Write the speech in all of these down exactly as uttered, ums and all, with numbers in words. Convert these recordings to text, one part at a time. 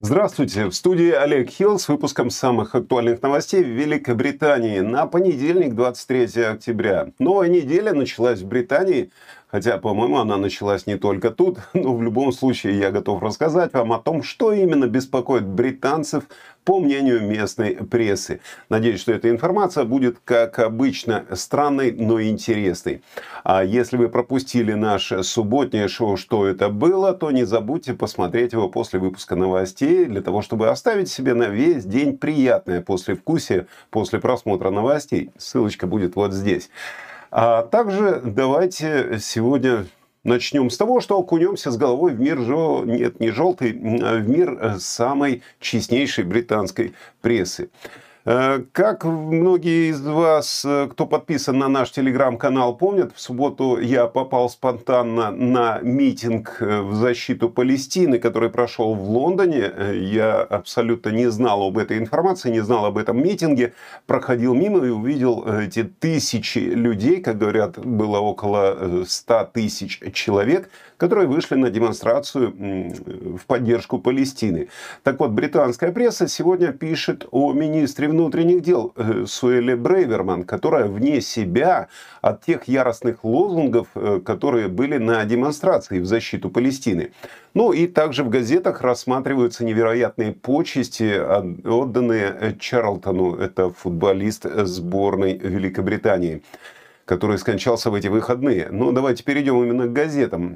Здравствуйте, в студии Олег Хилл с выпуском самых актуальных новостей в Великобритании на понедельник, двадцать третьего октября. Новая неделя началась в Британии, хотя, по-моему, она началась не только тут, но в любом случае я готов рассказать вам о том, что именно беспокоит британцев, по мнению местной прессы. Надеюсь, что эта информация будет, как обычно, странной, но интересной. А если вы пропустили наше субботнее шоу «Что это было?», то не забудьте посмотреть его после выпуска новостей, для того, чтобы оставить себе на весь день приятное послевкусие после просмотра новостей. Ссылочка будет вот здесь. А также давайте сегодня начнем с того, что окунемся с головой в мир, жо... нет, не желтый, а в мир самой честнейшей британской прессы. Как многие из вас, кто подписан на наш телеграм-канал, помнят, в субботу я попал спонтанно на митинг в защиту Палестины, который прошел в Лондоне. Я абсолютно не знал об этой информации, не знал об этом митинге. Проходил мимо и увидел эти тысячи людей, как говорят, было около ста тысяч человек, которые вышли на демонстрацию в поддержку Палестины. Так вот, британская пресса сегодня пишет о министре внутренних дел Суэле Брейверман, которая вне себя от тех яростных лозунгов, которые были на демонстрации в защиту Палестины. Ну и также в газетах рассматриваются невероятные почести, отданные Чарлтону, это футболист сборной Великобритании, который скончался в эти выходные. Но давайте перейдем именно к газетам.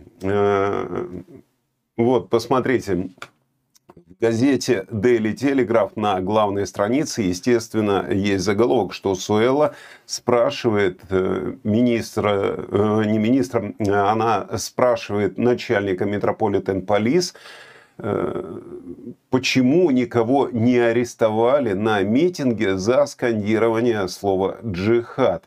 Вот, посмотрите. В газете Daily Telegraph на главной странице, естественно, есть заголовок, что Суэлла спрашивает министра, не министра, она спрашивает начальника Metropolitan Police, почему никого не арестовали на митинге за скандирование слова «джихад».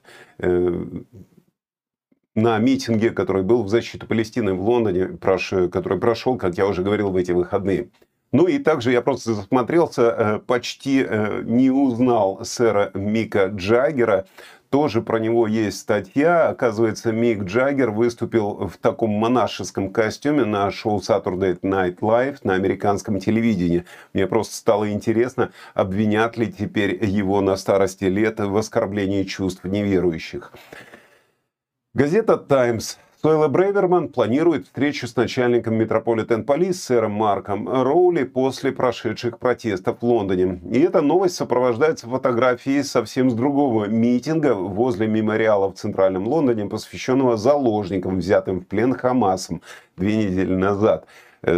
На митинге, который был в защиту Палестины в Лондоне, который прошел, как я уже говорил, в эти выходные. Ну и также я просто засмотрелся, почти не узнал сэра Мика Джаггера. Тоже про него есть статья. Оказывается, Мик Джаггер выступил в таком монашеском костюме на шоу Saturday Night Live на американском телевидении. Мне просто стало интересно, обвинят ли теперь его на старости лет в оскорблении чувств неверующих. Газета «Таймс». Суэлла Брейверман планирует встречу с начальником Metropolitan Police сэром Марком Роули после прошедших протестов в Лондоне. И эта новость сопровождается фотографией совсем с другого митинга возле мемориала в центральном Лондоне, посвященного заложникам, взятым в плен Хамасом две недели назад.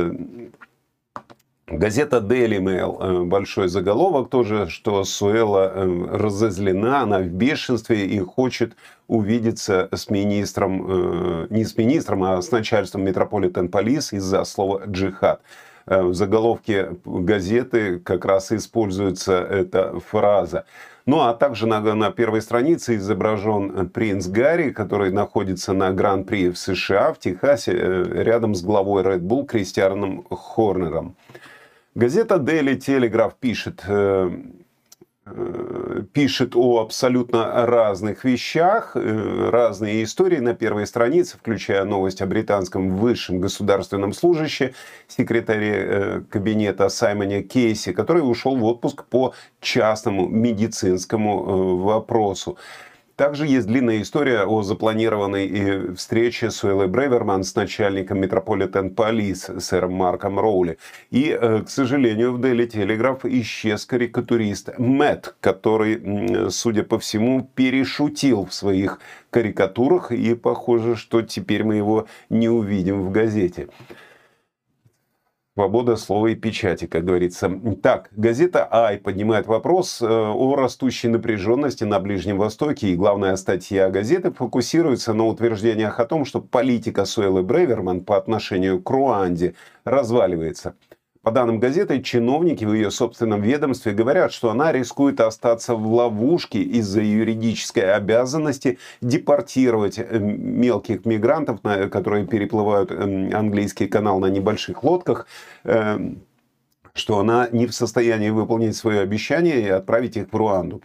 Газета Daily Mail, большой заголовок тоже, что Суэлла разозлена, она в бешенстве и хочет увидеться с министром, не с министром, а с начальством Metropolitan Police из-за слова «джихад». В заголовке газеты как раз используется эта фраза. Ну а также на, на первой странице изображен принц Гарри, который находится на Гран-при в США, в Техасе, рядом с главой Red Bull Кристианом Хорнером. Газета Daily Telegraph пишет, э, э, пишет о абсолютно разных вещах, э, разные истории на первой странице, включая новость о британском высшем государственном служащем, секретаре э, кабинета Саймоне Кейси, который ушел в отпуск по частному медицинскому э, вопросу. Также есть длинная история о запланированной встрече Суэллы Брейверман с начальником Metropolitan Police сэром Марком Роули. И, к сожалению, в Daily Telegraph исчез карикатурист Мэтт, который, судя по всему, перешутил в своих карикатурах. И похоже, что теперь мы его не увидим в газете. Свобода слова и печати, как говорится. Так, газета «Ай» поднимает вопрос о растущей напряженности на Ближнем Востоке. И главная статья газеты фокусируется на утверждениях о том, что политика Суэллы Брейверман по отношению к Руанде разваливается. По данным газеты, чиновники в ее собственном ведомстве говорят, что она рискует остаться в ловушке из-за юридической обязанности депортировать мелких мигрантов, которые переплывают английский канал на небольших лодках, что она не в состоянии выполнить свое обещание и отправить их в Руанду.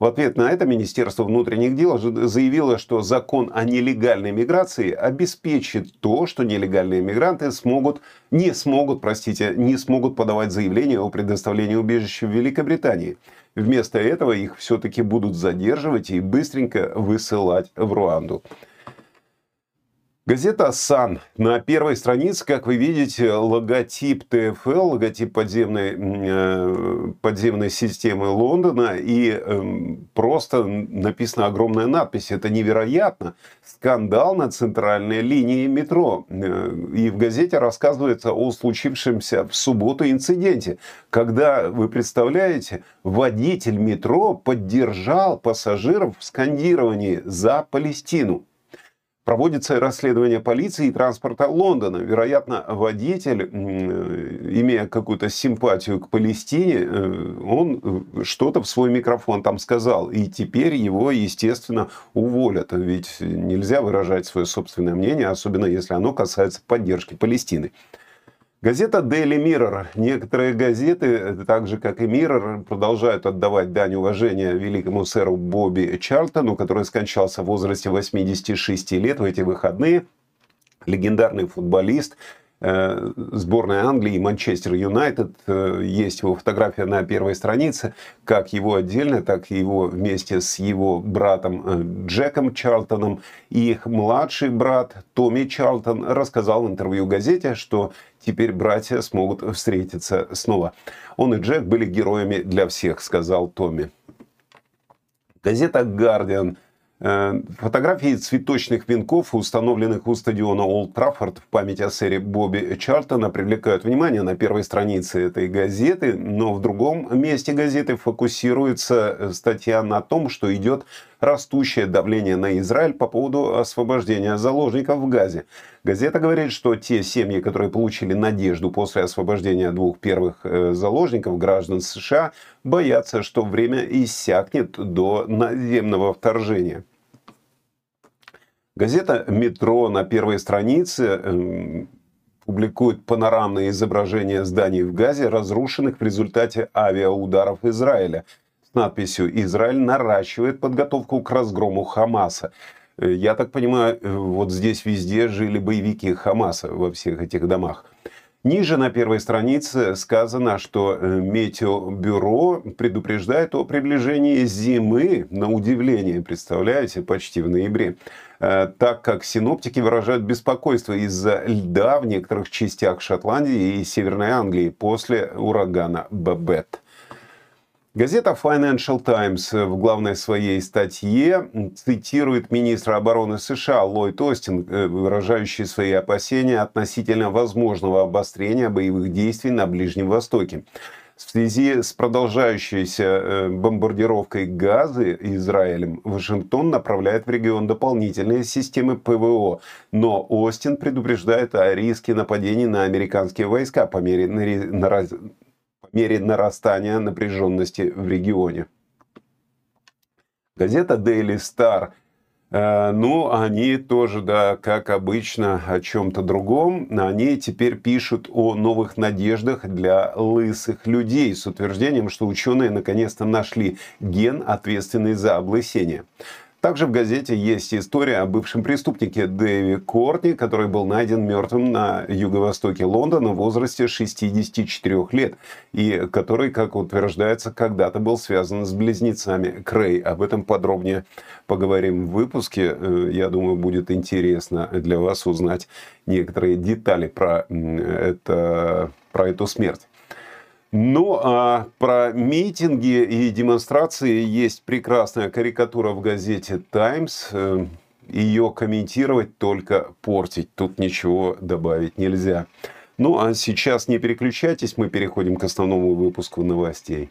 В ответ на это Министерство внутренних дел заявило, что закон о нелегальной миграции обеспечит то, что нелегальные мигранты смогут, не смогут, простите, не смогут подавать заявление о предоставлении убежища в Великобритании. Вместо этого их все-таки будут задерживать и быстренько высылать в Руанду. Газета «Сан». На первой странице, как вы видите, логотип тэ эф эл, логотип подземной, э, подземной системы Лондона. И э, просто написана огромная надпись. Это невероятно. Скандал на центральной линии метро. И в газете рассказывается о случившемся в субботу инциденте, когда, вы представляете, водитель метро поддержал пассажиров в скандировании «За Палестину». Проводится расследование полиции и транспорта Лондона. Вероятно, водитель, имея какую-то симпатию к Палестине, он что-то в свой микрофон там сказал. И теперь его, естественно, уволят. Ведь нельзя выражать свое собственное мнение, особенно если оно касается поддержки Палестины. Газета Daily Mirror. Некоторые газеты, так же как и Mirror, продолжают отдавать дань уважения великому сэру Бобби Чарлтону, который скончался в возрасте восьмидесяти шести лет в эти выходные. Легендарный футболист э, сборной Англии и Манчестер Юнайтед. Э, есть его фотография на первой странице. Как его отдельно, так и его вместе с его братом э, Джеком Чарлтоном. И их младший брат Томми Чарлтон рассказал в интервью газете, что теперь братья смогут встретиться снова. Он и Джек были героями для всех, сказал Томми. Газета «Гардиан». Фотографии цветочных венков, установленных у стадиона Олд Траффорд в память о сэре Бобби Чарлтона, привлекают внимание на первой странице этой газеты, но в другом месте газеты фокусируется статья на том, что идет растущее давление на Израиль по поводу освобождения заложников в Газе. Газета говорит, что те семьи, которые получили надежду после освобождения двух первых заложников, граждан США, боятся, что время иссякнет до наземного вторжения. Газета «Метро» на первой странице э, публикует панорамные изображения зданий в Газе, разрушенных в результате авиаударов Израиля, с надписью «Израиль наращивает подготовку к разгрому Хамаса». Я так понимаю, вот здесь везде жили боевики Хамаса во всех этих домах. Ниже на первой странице сказано, что Метеобюро предупреждает о приближении зимы, на удивление, представляете, почти в ноябре, так как синоптики выражают беспокойство из-за льда в некоторых частях Шотландии и Северной Англии после урагана Бабет. Газета Financial Times в главной своей статье цитирует министра обороны США Ллойд Остин, выражающий свои опасения относительно возможного обострения боевых действий на Ближнем Востоке. В связи с продолжающейся бомбардировкой Газы Израилем, Вашингтон направляет в регион дополнительные системы ПВО, но Остин предупреждает о риске нападений на американские войска по мере нарастания мере нарастания напряженности в регионе. Газета Daily Star. Э, ну, они тоже, да, как обычно, о чем-то другом. Они теперь пишут о новых надеждах для лысых людей с утверждением, что ученые наконец-то нашли ген, ответственный за облысение. Также в газете есть история о бывшем преступнике Дэви Кортни, который был найден мертвым на юго-востоке Лондона в возрасте шестидесяти четырёх лет, и который, как утверждается, когда-то был связан с близнецами Крей. Об этом подробнее поговорим в выпуске. Я думаю, будет интересно для вас узнать некоторые детали про, это, про эту смерть. Ну, а про митинги и демонстрации есть прекрасная карикатура в газете «Таймс». Ее комментировать, только портить. Тут ничего добавить нельзя. Ну, а сейчас не переключайтесь, мы переходим к основному выпуску новостей.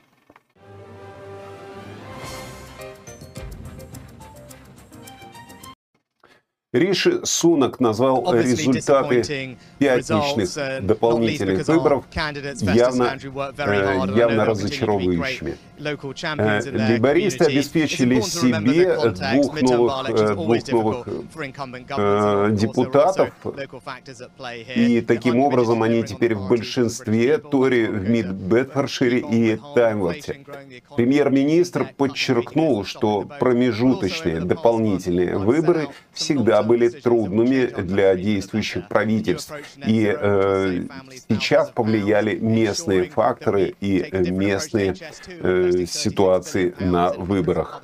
Риши Сунак назвал результаты пятничных дополнительных выборов явно, э, явно разочаровывающими. Э, лейбористы обеспечили себе двух новых, э, двух новых э, депутатов, и таким образом они теперь в большинстве Тори в Мид-Бедфордшире и Таймворте. Премьер-министр подчеркнул, что промежуточные дополнительные выборы всегда были трудными для действующих правительств, и э, сейчас повлияли местные факторы и э, местные э, ситуации на выборах.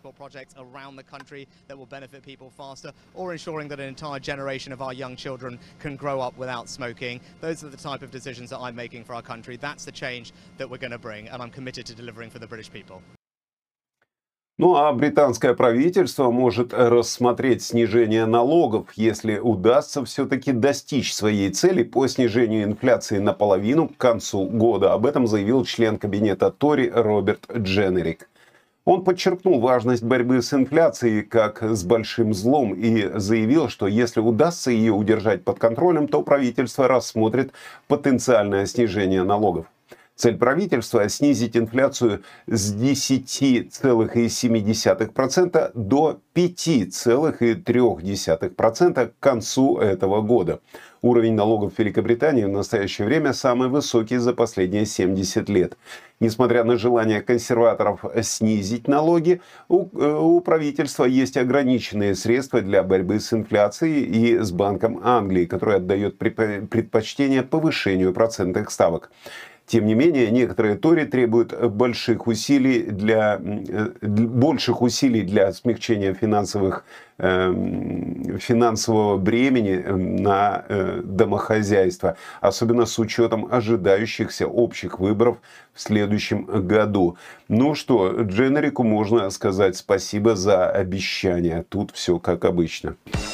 Ну а британское правительство может рассмотреть снижение налогов, если удастся все-таки достичь своей цели по снижению инфляции наполовину к концу года. Об этом заявил член кабинета Тори Роберт Дженерик. Он подчеркнул важность борьбы с инфляцией как с большим злом и заявил, что если удастся ее удержать под контролем, то правительство рассмотрит потенциальное снижение налогов. Цель правительства – снизить инфляцию с десяти целых семи десятых процента до пяти целых трёх десятых процента к концу этого года. Уровень налогов в Великобритании в настоящее время самый высокий за последние семьдесят лет. Несмотря на желание консерваторов снизить налоги, у, у правительства есть ограниченные средства для борьбы с инфляцией и с Банком Англии, который отдает предпочтение повышению процентных ставок. Тем не менее, некоторые Тори требуют больших усилий для, больших усилий для смягчения финансовых, э, финансового бремени на э, домохозяйство, особенно с учетом ожидающихся общих выборов в следующем году. Ну что, Дженерику можно сказать спасибо за обещание. Тут все как обычно.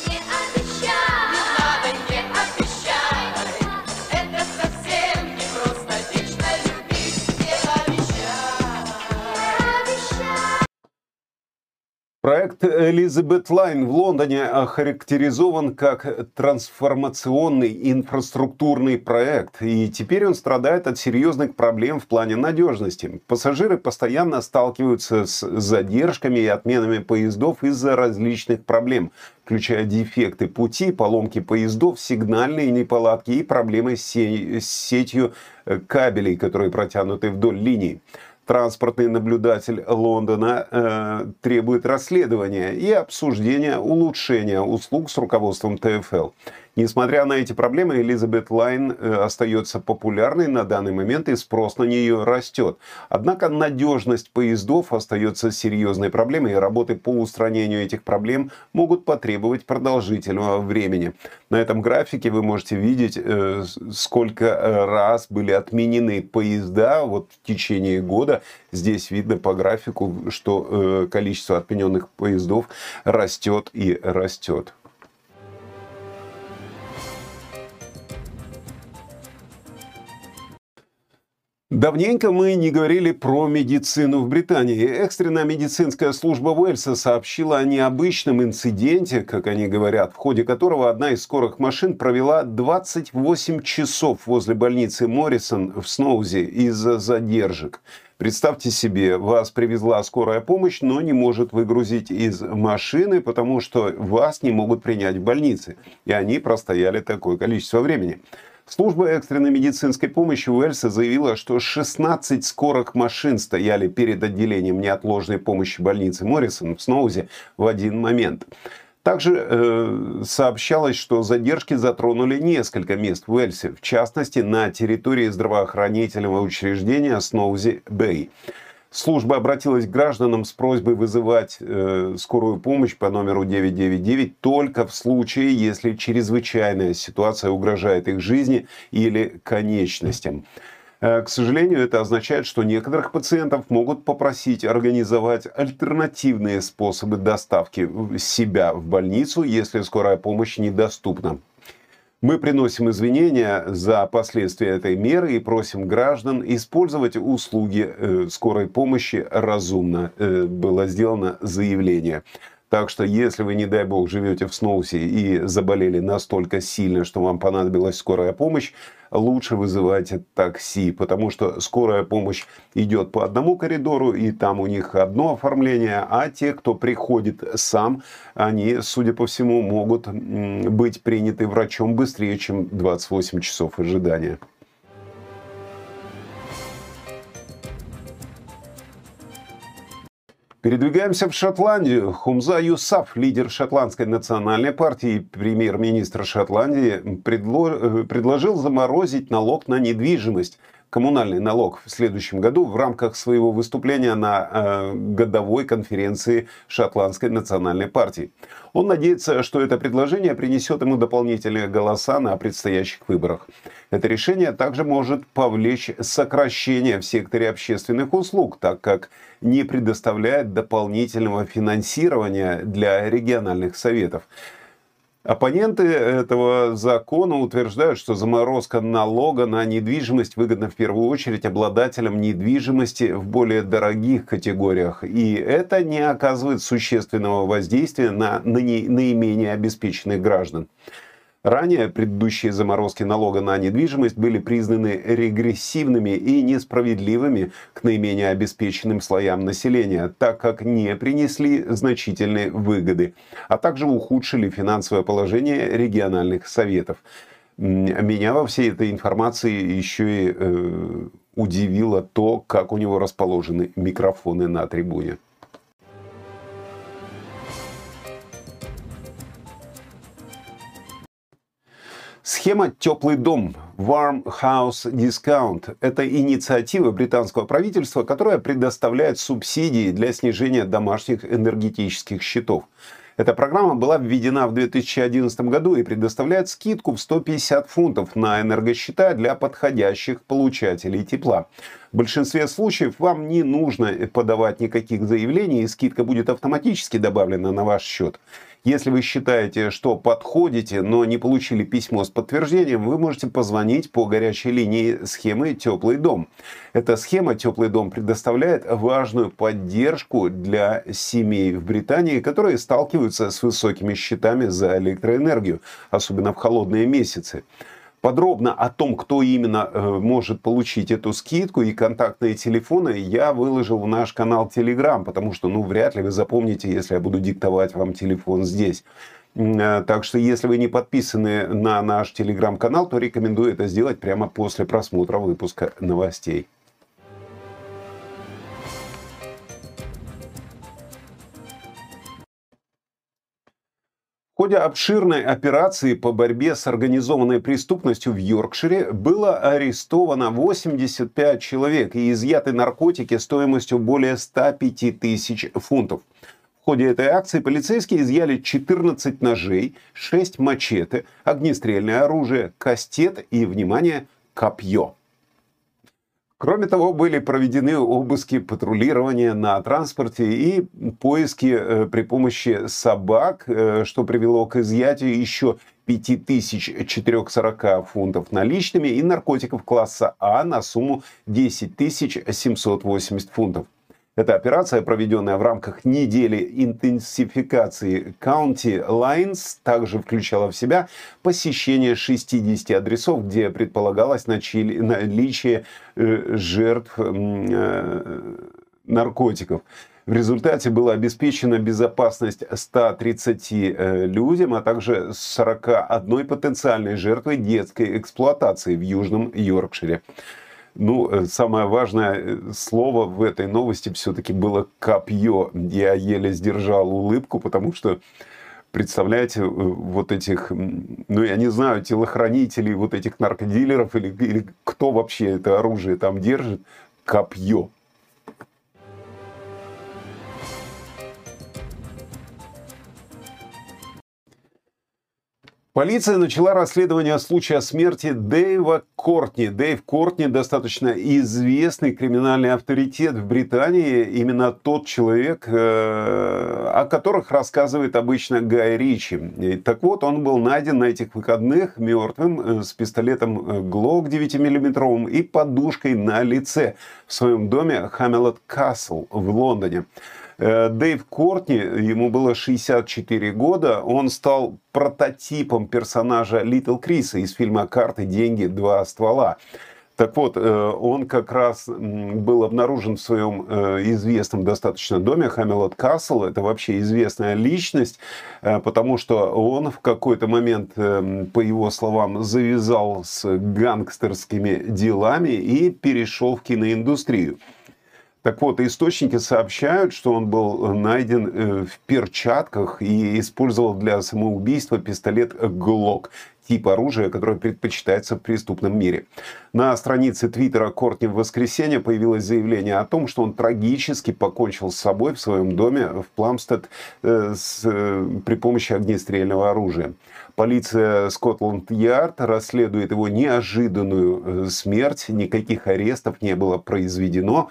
Проект Elizabeth Line в Лондоне охарактеризован как трансформационный инфраструктурный проект, и теперь он страдает от серьезных проблем в плане надежности. Пассажиры постоянно сталкиваются с задержками и отменами поездов из-за различных проблем, включая дефекты пути, поломки поездов, сигнальные неполадки и проблемы с сетью кабелей, которые протянуты вдоль линий. Транспортный наблюдатель Лондона э, требует расследования и обсуждения улучшения услуг с руководством Тэ Эф Эл. Несмотря на эти проблемы, Elizabeth Line э, остается популярной на данный момент, и спрос на нее растет. Однако надежность поездов остается серьезной проблемой, и работы по устранению этих проблем могут потребовать продолжительного времени. На этом графике вы можете видеть, э, сколько раз были отменены поезда вот, в течение года. Здесь видно по графику, что э, количество отмененных поездов растет и растет. Давненько мы не говорили про медицину в Британии. Экстренная медицинская служба Уэльса сообщила о необычном инциденте, как они говорят, в ходе которого одна из скорых машин провела двадцать восемь часов возле больницы Моррисон в Сноузе из-за задержек. Представьте себе, вас привезла скорая помощь, но не может выгрузить из машины, потому что вас не могут принять в больнице. И они простояли такое количество времени. Служба экстренной медицинской помощи Уэльса заявила, что шестнадцать скорых машин стояли перед отделением неотложной помощи больницы Моррисон в Сноузе в один момент. Также э, сообщалось, что задержки затронули несколько мест в Уэльсе, в частности на территории здравоохранительного учреждения Сноузи-Бэй. Служба обратилась к гражданам с просьбой вызывать э, скорую помощь по номеру девять девять девять только в случае, если чрезвычайная ситуация угрожает их жизни или конечностям. Э, к сожалению, это означает, что некоторых пациентов могут попросить организовать альтернативные способы доставки себя в больницу, если скорая помощь недоступна. Мы приносим извинения за последствия этой меры и просим граждан использовать услуги э, скорой помощи разумно. Э, было сделано заявление. Так что, если вы, не дай бог, живете в Сноусе и заболели настолько сильно, что вам понадобилась скорая помощь, лучше вызывайте такси, потому что скорая помощь идет по одному коридору, и там у них одно оформление, а те, кто приходит сам, они, судя по всему, могут быть приняты врачом быстрее, чем двадцать восемь часов ожидания. Передвигаемся в Шотландию. Хумза Юсаф, лидер шотландской национальной партии и премьер-министр Шотландии, предло... предложил заморозить налог на недвижимость, коммунальный налог, в следующем году в рамках своего выступления на э, годовой конференции Шотландской национальной партии. Он надеется, что это предложение принесет ему дополнительные голоса на предстоящих выборах. Это решение также может повлечь сокращение в секторе общественных услуг, так как не предоставляет дополнительного финансирования для региональных советов. Оппоненты этого закона утверждают, что заморозка налога на недвижимость выгодна в первую очередь обладателям недвижимости в более дорогих категориях, и это не оказывает существенного воздействия на наименее обеспеченных граждан. Ранее предыдущие заморозки налога на недвижимость были признаны регрессивными и несправедливыми к наименее обеспеченным слоям населения, так как не принесли значительной выгоды, а также ухудшили финансовое положение региональных советов. Меня во всей этой информации еще и э, удивило то, как у него расположены микрофоны на трибуне. Схема «Теплый дом» Warm House Discount – это инициатива британского правительства, которая предоставляет субсидии для снижения домашних энергетических счетов. Эта программа была введена в две тысячи одиннадцатом году и предоставляет скидку в сто пятьдесят фунтов на энергосчета для подходящих получателей тепла. В большинстве случаев вам не нужно подавать никаких заявлений, и скидка будет автоматически добавлена на ваш счет. Если вы считаете, что подходите, но не получили письмо с подтверждением, вы можете позвонить по горячей линии схемы «Теплый дом». Эта схема «Теплый дом» предоставляет важную поддержку для семей в Британии, которые сталкиваются с высокими счетами за электроэнергию, особенно в холодные месяцы. Подробно о том, кто именно э, может получить эту скидку и контактные телефоны, я выложил в наш канал Telegram, потому что, ну, вряд ли вы запомните, если я буду диктовать вам телефон здесь. Э, так что, если вы не подписаны на наш Telegram канал, то рекомендую это сделать прямо после просмотра выпуска новостей. В ходе обширной операции по борьбе с организованной преступностью в Йоркшире было арестовано восемьдесят пять человек и изъяты наркотики стоимостью более ста пяти тысяч фунтов. В ходе этой акции полицейские изъяли четырнадцать ножей, шесть мачете, огнестрельное оружие, кастет и, внимание, копье. Кроме того, были проведены обыски, патрулирования на транспорте и поиски при помощи собак, что привело к изъятию еще пяти тысяч четырёхсот сорока фунтов наличными и наркотиков класса А на сумму десять тысяч семьсот восемьдесят фунтов. Эта операция, проведенная в рамках недели интенсификации County Lines, также включала в себя посещение шестидесяти адресов, где предполагалось наличие жертв наркотиков. В результате была обеспечена безопасность ста тридцати людям, а также сорока одной потенциальной жертвой детской эксплуатации в Южном Йоркшире. Ну, самое важное слово в этой новости все-таки было «копье». Я еле сдержал улыбку, потому что, представляете, вот этих, ну, я не знаю, телохранителей, вот этих наркодилеров или, или кто вообще это оружие там держит, копье. Полиция начала расследование случая смерти Дэйва Кортни. Дэйв Кортни достаточно известный криминальный авторитет в Британии. Именно тот человек, о которых рассказывает обычно Гай Ричи. Так вот, он был найден на этих выходных мертвым с пистолетом Глок девятимиллиметровым и подушкой на лице в своем доме Хамилет Касл в Лондоне. Э, Дэйв Кортни, ему было шестьдесят четыре года, он стал прототипом персонажа Литл Криса из фильма «Карты, деньги, два ствола». Так вот, он как раз был обнаружен в своем известном достаточно доме Хаммелот Касл. Это вообще известная личность, потому что он в какой-то момент, по его словам, завязал с гангстерскими делами и перешел в киноиндустрию. Так вот, источники сообщают, что он был найден в перчатках и использовал для самоубийства пистолет Glock, тип оружия, которое предпочитается в преступном мире. На странице твиттера Кортни в воскресенье появилось заявление о том, что он трагически покончил с собой в своем доме в Пламстед э, с, э, при помощи огнестрельного оружия. Полиция Скотланд-Ярд расследует его неожиданную смерть, никаких арестов не было произведено.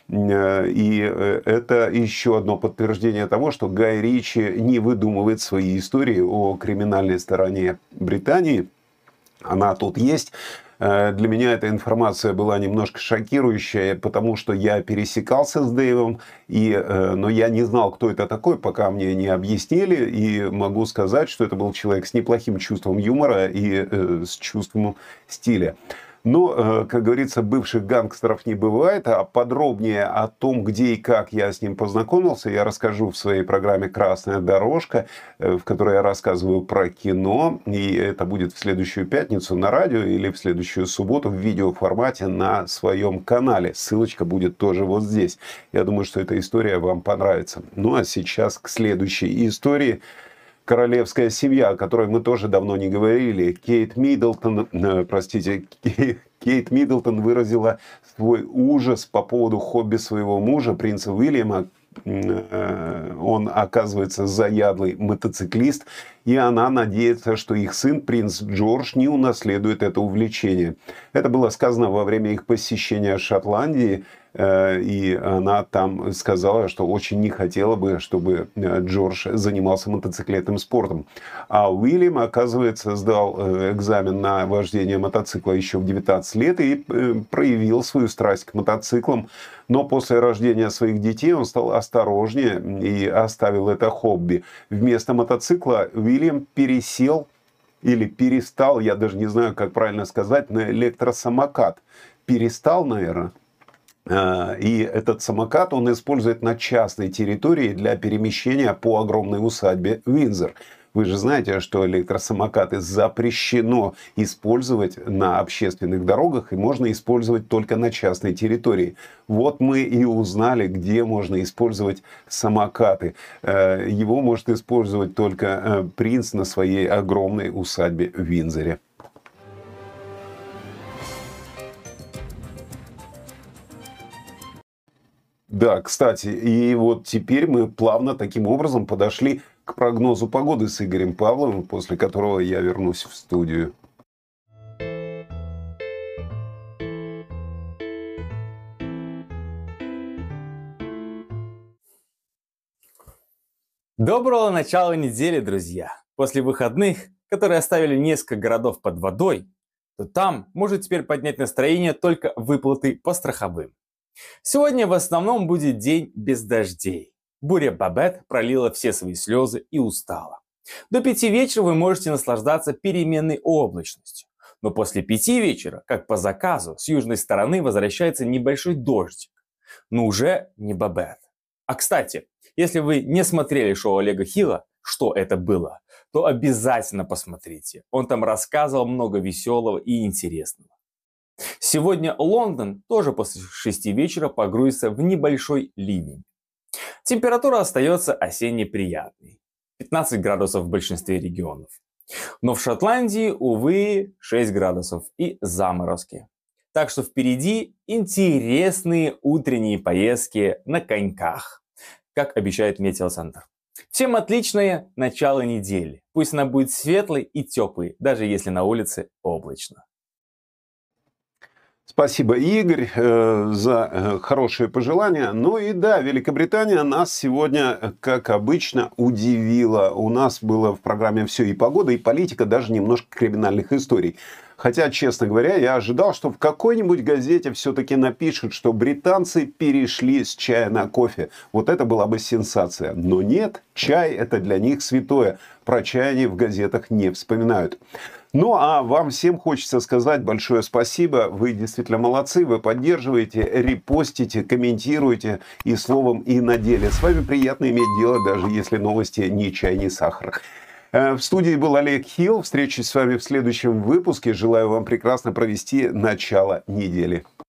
И это еще одно подтверждение того, что Гай Ричи не выдумывает свои истории о криминальной стороне Британии. Она тут есть. Для меня эта информация была немножко шокирующая, потому что я пересекался с Дэйвом, и, но я не знал, кто это такой, пока мне не объяснили. И могу сказать, что это был человек с неплохим чувством юмора и с чувством стиля. Но, как говорится, бывших гангстеров не бывает, а подробнее о том, где и как я с ним познакомился, я расскажу в своей программе «Красная дорожка», в которой я рассказываю про кино, и это будет в следующую пятницу на радио или в следующую субботу в видеоформате на своем канале. Ссылочка будет тоже вот здесь. Я думаю, что эта история вам понравится. Ну а сейчас к следующей истории. Королевская семья, о которой мы тоже давно не говорили. Кейт Миддлтон, э, простите, Кейт Миддлтон выразила свой ужас по поводу хобби своего мужа, принца Уильяма. Э, он, оказывается, заядлый мотоциклист, и она надеется, что их сын, принц Джордж, не унаследует это увлечение. Это было сказано во время их посещения Шотландии. И она там сказала, что очень не хотела бы, чтобы Джордж занимался мотоциклетным спортом. А Уильям, оказывается, сдал экзамен на вождение мотоцикла еще в девятнадцать лет и проявил свою страсть к мотоциклам. Но после рождения своих детей он стал осторожнее и оставил это хобби. Вместо мотоцикла Уильям пересел или перестал, я даже не знаю, как правильно сказать, на электросамокат. Перестал, наверное. И этот самокат он использует на частной территории для перемещения по огромной усадьбе Виндзор. Вы же знаете, что электросамокаты запрещено использовать на общественных дорогах и можно использовать только на частной территории. Вот мы и узнали, где можно использовать самокаты. Его может использовать только принц на своей огромной усадьбе в Виндзоре. Да, кстати, и вот теперь мы плавно таким образом подошли к прогнозу погоды с Игорем Павловым, после которого я вернусь в студию. Доброго начала недели, друзья! После выходных, которые оставили несколько городов под водой, то там может теперь поднять настроение только выплаты по страховым. Сегодня в основном будет день без дождей. Буря Бабет пролила все свои слезы и устала. До пяти вечера вы можете наслаждаться переменной облачностью. Но после пяти вечера, как по заказу, с южной стороны возвращается небольшой дождик. Но уже не Бабет. А кстати, если вы не смотрели шоу Олега Хилла «Что это было?», то обязательно посмотрите. Он там рассказывал много веселого и интересного. Сегодня Лондон тоже после шести вечера погрузится в небольшой ливень. Температура остается осенне приятной. пятнадцать градусов в большинстве регионов. Но в Шотландии, увы, шесть градусов и заморозки. Так что впереди интересные утренние поездки на коньках, как обещает Метеоцентр. Всем отличное начало недели. Пусть она будет светлой и теплой, даже если на улице облачно. Спасибо, Игорь, за хорошие пожелания. Ну и да, Великобритания нас сегодня, как обычно, удивила. У нас было в программе все и погода, и политика, даже немножко криминальных историй. Хотя, честно говоря, я ожидал, что в какой-нибудь газете все-таки напишут, что британцы перешли с чая на кофе. Вот это была бы сенсация. Но нет, чай это для них святое. Про чай они в газетах не вспоминают. Ну, а вам всем хочется сказать большое спасибо. Вы действительно молодцы, вы поддерживаете, репостите, комментируете и словом, и на деле. С вами приятно иметь дело, даже если новости ни чай, ни сахар. В студии был Олег Хилл. Встречусь с вами в следующем выпуске. Желаю вам прекрасно провести начало недели.